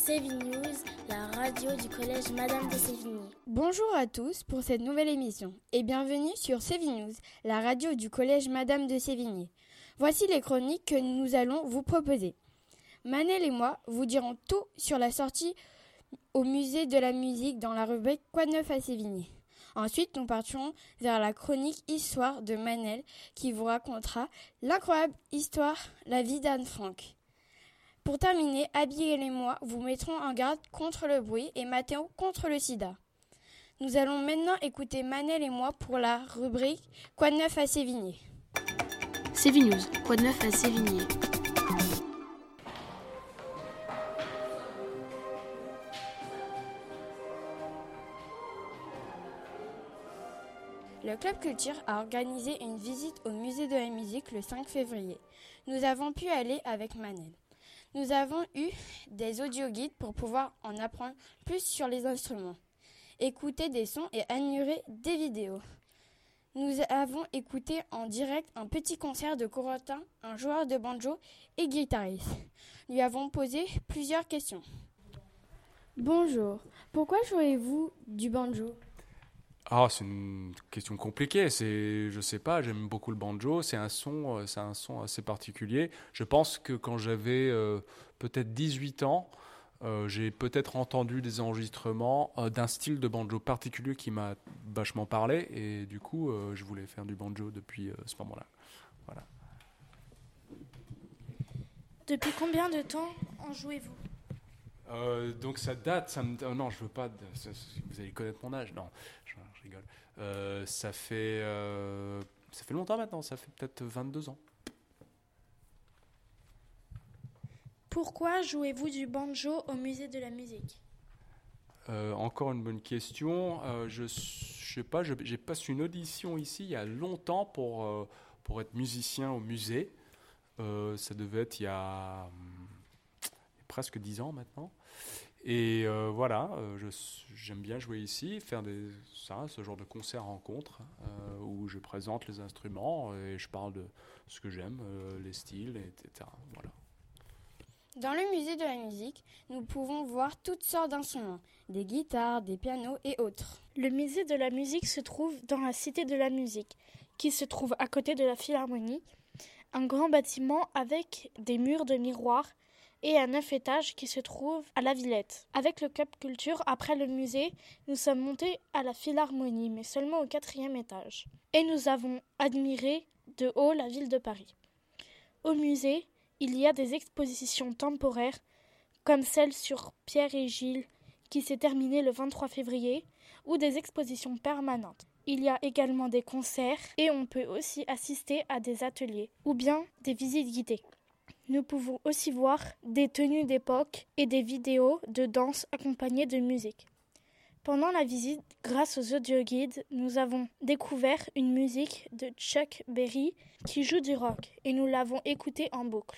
Séville News, la radio du collège Madame de Sévigné. Bonjour à tous pour cette nouvelle émission et bienvenue sur Séville News, la radio du collège Madame de Sévigné. Voici les chroniques que nous allons vous proposer. Manel et moi vous dirons tout sur la sortie au musée de la musique dans la rubrique Quoi de neuf à Sévigné. Ensuite, nous partirons vers la chronique Histoire de Manel qui vous racontera l'incroyable histoire, la vie d'Anne Frank. Pour terminer, Abigail et moi vous mettrons en garde contre le bruit et Mathéo contre le sida. Nous allons maintenant écouter Manel et moi pour la rubrique Quoi de neuf à Sévigné. Séville News, quoi de neuf à Sévigné. Le Club Culture a organisé une visite au musée de la musique le 5 février. Nous avons pu aller avec Manel. Nous avons eu des audioguides pour pouvoir en apprendre plus sur les instruments, écouter des sons et admirer des vidéos. Nous avons écouté en direct un petit concert de Corentin, un joueur de banjo et guitariste. Lui avons posé plusieurs questions. Bonjour, pourquoi jouez-vous du banjo ? C'est une question compliquée. Je sais pas, j'aime beaucoup le banjo. C'est un son assez particulier. Je pense que quand j'avais peut-être 18 ans, j'ai peut-être entendu des enregistrements d'un style de banjo particulier qui m'a vachement parlé. Et du coup, je voulais faire du banjo depuis ce moment-là. Voilà. Depuis combien de temps en jouez-vous ? Donc ça date, non, je veux pas, vous allez connaître mon âge, non, je rigole. Ça fait longtemps maintenant, ça fait peut-être 22 ans. Pourquoi jouez-vous du banjo au musée de la musique ? Encore une bonne question. Je sais pas, j'ai passé une audition ici il y a longtemps pour être musicien au musée. Ça devait être il y a presque 10 ans maintenant. Et j'aime bien jouer ici, faire ce genre de concert-rencontre où je présente les instruments et je parle de ce que j'aime, les styles, etc. Voilà. Dans le musée de la musique, nous pouvons voir toutes sortes d'instruments, des guitares, des pianos et autres. Le musée de la musique se trouve dans la Cité de la musique, qui se trouve à côté de la Philharmonie, un grand bâtiment avec des murs de miroirs et un 9 étages qui se trouve à la Villette. Avec le Club Culture, après le musée, nous sommes montés à la Philharmonie, mais seulement au 4e étage. Et nous avons admiré de haut la ville de Paris. Au musée, il y a des expositions temporaires, comme celle sur Pierre et Gilles, qui s'est terminée le 23 février, ou des expositions permanentes. Il y a également des concerts et on peut aussi assister à des ateliers, ou bien des visites guidées. Nous pouvons aussi voir des tenues d'époque et des vidéos de danse accompagnées de musique. Pendant la visite, grâce aux audioguides, nous avons découvert une musique de Chuck Berry qui joue du rock et nous l'avons écoutée en boucle.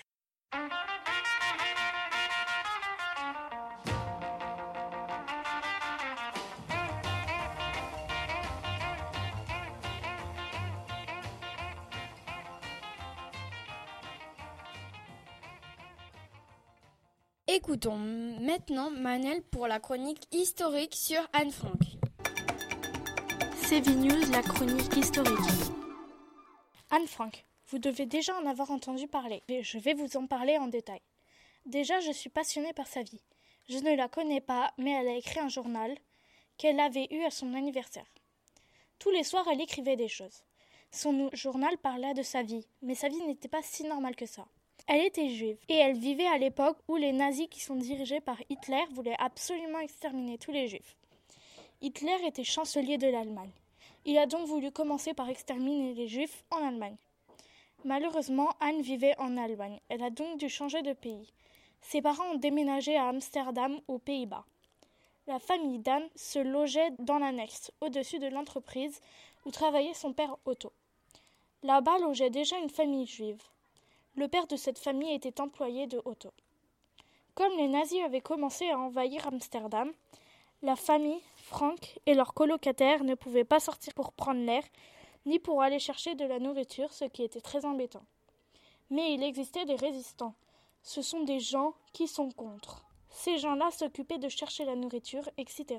Écoutons maintenant Manel pour la chronique historique sur Anne Frank. Séville News, la chronique historique. Anne Frank, vous devez déjà en avoir entendu parler. Je vais vous en parler en détail. Déjà, je suis passionnée par sa vie. Je ne la connais pas, mais elle a écrit un journal qu'elle avait eu à son anniversaire. Tous les soirs, elle écrivait des choses. Son journal parlait de sa vie, mais sa vie n'était pas si normale que ça. Elle était juive et elle vivait à l'époque où les nazis qui sont dirigés par Hitler voulaient absolument exterminer tous les juifs. Hitler était chancelier de l'Allemagne. Il a donc voulu commencer par exterminer les juifs en Allemagne. Malheureusement, Anne vivait en Allemagne. Elle a donc dû changer de pays. Ses parents ont déménagé à Amsterdam, aux Pays-Bas. La famille d'Anne se logeait dans l'annexe, au-dessus de l'entreprise où travaillait son père Otto. Là-bas logeait déjà une famille juive. Le père de cette famille était employé de Otto. Comme les nazis avaient commencé à envahir Amsterdam, la famille, Frank et leurs colocataires ne pouvaient pas sortir pour prendre l'air, ni pour aller chercher de la nourriture, ce qui était très embêtant. Mais il existait des résistants. Ce sont des gens qui sont contre. Ces gens-là s'occupaient de chercher la nourriture, etc.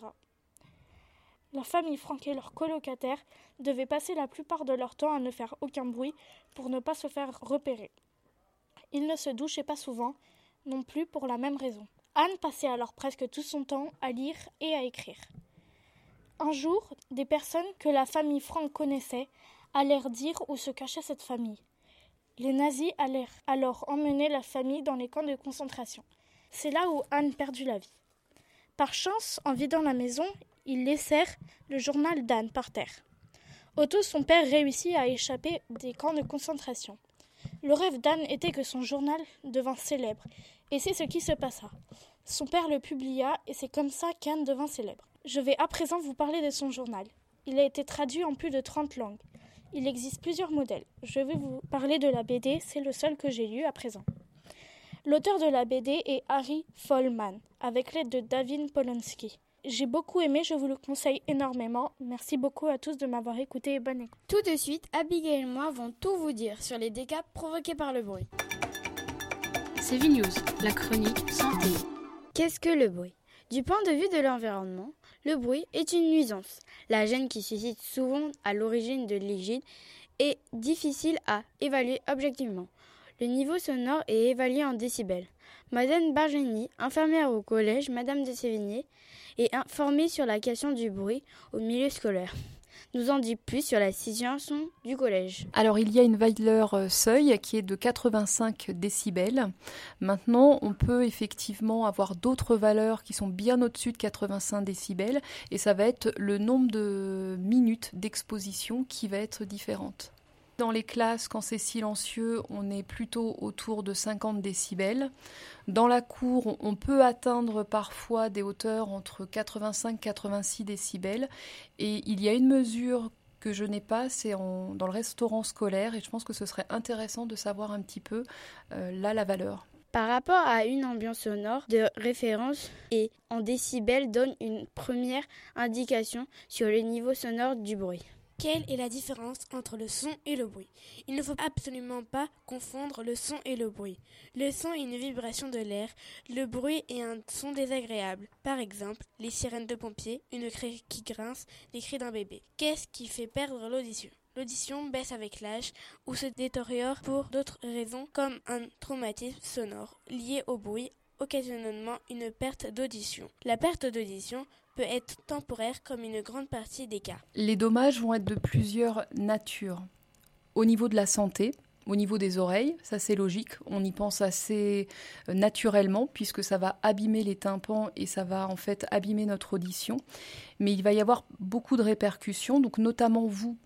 La famille Franck et leurs colocataires devaient passer la plupart de leur temps à ne faire aucun bruit pour ne pas se faire repérer. Ils ne se douchaient pas souvent, non plus pour la même raison. Anne passait alors presque tout son temps à lire et à écrire. Un jour, des personnes que la famille Franck connaissait allèrent dire où se cachait cette famille. Les nazis allèrent alors emmener la famille dans les camps de concentration. C'est là où Anne perdut la vie. Par chance, en vidant la maison, ils laissèrent le journal d'Anne par terre. Otto, son père, réussit à échapper des camps de concentration. Le rêve d'Anne était que son journal devint célèbre, et c'est ce qui se passa. Son père le publia, et c'est comme ça qu'Anne devint célèbre. Je vais à présent vous parler de son journal. Il a été traduit en plus de 30 langues. Il existe plusieurs modèles. Je vais vous parler de la BD, c'est le seul que j'ai lu à présent. L'auteur de la BD est Harry Follman, avec l'aide de David Polonsky. J'ai beaucoup aimé, je vous le conseille énormément. Merci beaucoup à tous de m'avoir écouté et bonne écoute. Tout de suite, Abigail et moi vont tout vous dire sur les dégâts provoqués par le bruit. CV News, la chronique santé. Qu'est-ce que le bruit ? Du point de vue de l'environnement, le bruit est une nuisance. La gêne qui suscite souvent à l'origine de l'hygiène est difficile à évaluer objectivement. Le niveau sonore est évalué en décibels. Madame Bargeni, infirmière au collège Madame de Sévigné, est informée sur la question du bruit au milieu scolaire. Nous en dit plus sur la situation du collège. Alors il y a une valeur seuil qui est de 85 décibels. Maintenant, on peut effectivement avoir d'autres valeurs qui sont bien au-dessus de 85 décibels et ça va être le nombre de minutes d'exposition qui va être différente. Dans les classes, quand c'est silencieux, on est plutôt autour de 50 décibels. Dans la cour, on peut atteindre parfois des hauteurs entre 85 et 86 décibels. Et il y a une mesure que je n'ai pas, c'est dans le restaurant scolaire. Et je pense que ce serait intéressant de savoir un petit peu la valeur. Par rapport à une ambiance sonore de référence et en décibels donne une première indication sur le niveau sonore du bruit. Quelle est la différence entre le son et le bruit ? Il ne faut absolument pas confondre le son et le bruit. Le son est une vibration de l'air, le bruit est un son désagréable. Par exemple, les sirènes de pompiers, une craie qui grince, les cris d'un bébé. Qu'est-ce qui fait perdre l'audition ? L'audition baisse avec l'âge ou se détériore pour d'autres raisons comme un traumatisme sonore lié au bruit, occasionnellement une perte d'audition. La perte d'audition peut être temporaire comme une grande partie des cas. Les dommages vont être de plusieurs natures. Au niveau de la santé, au niveau des oreilles, ça c'est logique, on y pense assez naturellement puisque ça va abîmer les tympans et ça va en fait abîmer notre audition. Mais il va y avoir beaucoup de répercussions, donc notamment vous,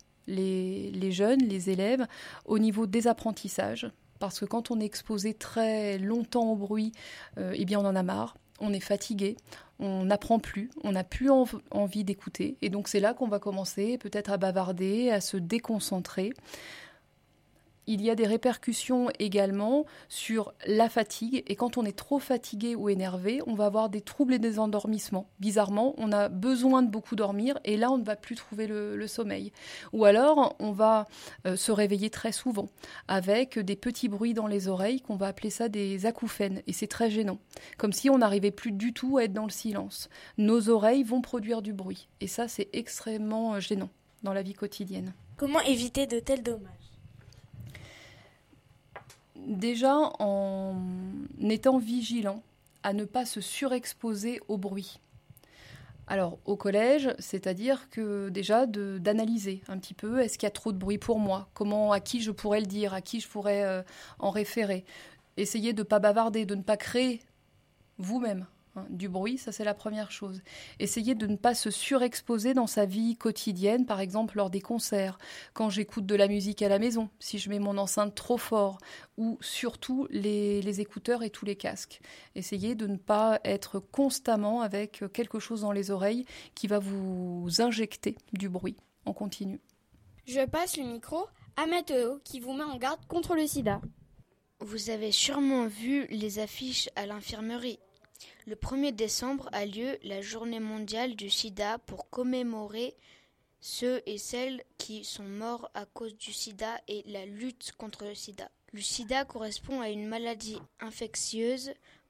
les jeunes, les élèves, au niveau des apprentissages. Parce que quand on est exposé très longtemps au bruit, eh bien on en a marre. On est fatigué, on n'apprend plus, on n'a plus envie d'écouter. Et donc c'est là qu'on va commencer peut-être à bavarder, à se déconcentrer. Il y a des répercussions également sur la fatigue. Et quand on est trop fatigué ou énervé, on va avoir des troubles et des endormissements. Bizarrement, on a besoin de beaucoup dormir et là, on ne va plus trouver le sommeil. Ou alors, on va se réveiller très souvent avec des petits bruits dans les oreilles qu'on va appeler ça des acouphènes. Et c'est très gênant. Comme si on n'arrivait plus du tout à être dans le silence. Nos oreilles vont produire du bruit. Et ça, c'est extrêmement gênant dans la vie quotidienne. Comment éviter de tels dommages ? Déjà, en étant vigilant à ne pas se surexposer au bruit. Alors, au collège, c'est-à-dire que déjà d'analyser un petit peu, est-ce qu'il y a trop de bruit pour moi ? À qui je pourrais le dire ? À qui je pourrais en référer ? Essayez de ne pas bavarder, de ne pas créer vous-même du bruit, ça c'est la première chose. Essayez de ne pas se surexposer dans sa vie quotidienne, par exemple lors des concerts, quand j'écoute de la musique à la maison, si je mets mon enceinte trop fort, ou surtout les écouteurs et tous les casques. Essayez de ne pas être constamment avec quelque chose dans les oreilles qui va vous injecter du bruit en continu. Je passe le micro à Mathéo qui vous met en garde contre le sida. Vous avez sûrement vu les affiches à l'infirmerie. Le 1er décembre a lieu la journée mondiale du sida pour commémorer ceux et celles qui sont morts à cause du sida et la lutte contre le sida. Le sida correspond à une maladie infectieuse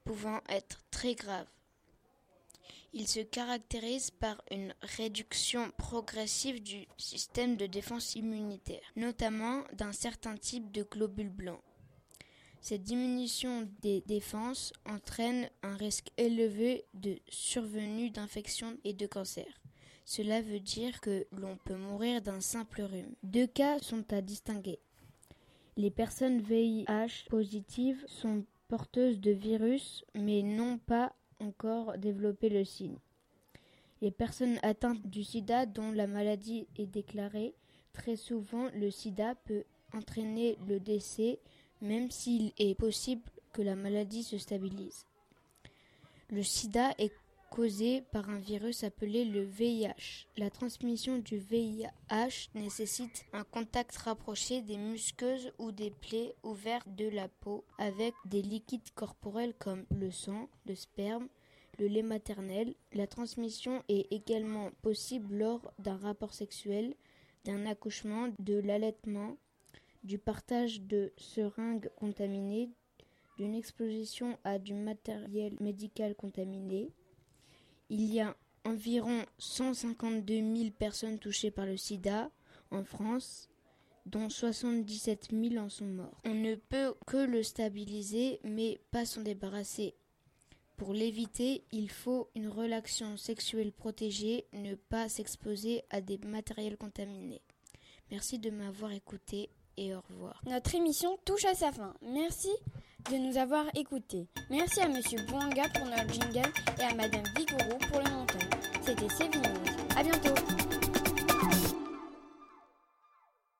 pouvant être très graves. Il se caractérise par une réduction progressive du système de défense immunitaire, notamment d'un certain type de globules blancs. Cette diminution des défenses entraîne un risque élevé de survenue d'infections et de cancer. Cela veut dire que l'on peut mourir d'un simple rhume. 2 cas sont à distinguer. Les personnes VIH positives sont porteuses de virus mais n'ont pas encore développé le signe. Les personnes atteintes du sida dont la maladie est déclarée, très souvent le sida peut entraîner le décès même s'il est possible que la maladie se stabilise. Le sida est causé par un virus appelé le VIH. La transmission du VIH nécessite un contact rapproché des muqueuses ou des plaies ouvertes de la peau avec des liquides corporels comme le sang, le sperme, le lait maternel. La transmission est également possible lors d'un rapport sexuel, d'un accouchement, de l'allaitement, du partage de seringues contaminées, d'une exposition à du matériel médical contaminé. Il y a environ 152 000 personnes touchées par le sida en France, dont 77 000 en sont morts. On ne peut que le stabiliser, mais pas s'en débarrasser. Pour l'éviter, il faut une relation sexuelle protégée, ne pas s'exposer à des matériels contaminés. Merci de m'avoir écouté. Et au revoir. Notre émission touche à sa fin. Merci de nous avoir écoutés. Merci à Monsieur Bouanga pour notre jingle et à Madame Vigouroux pour le montage. C'était C'est News. À bientôt.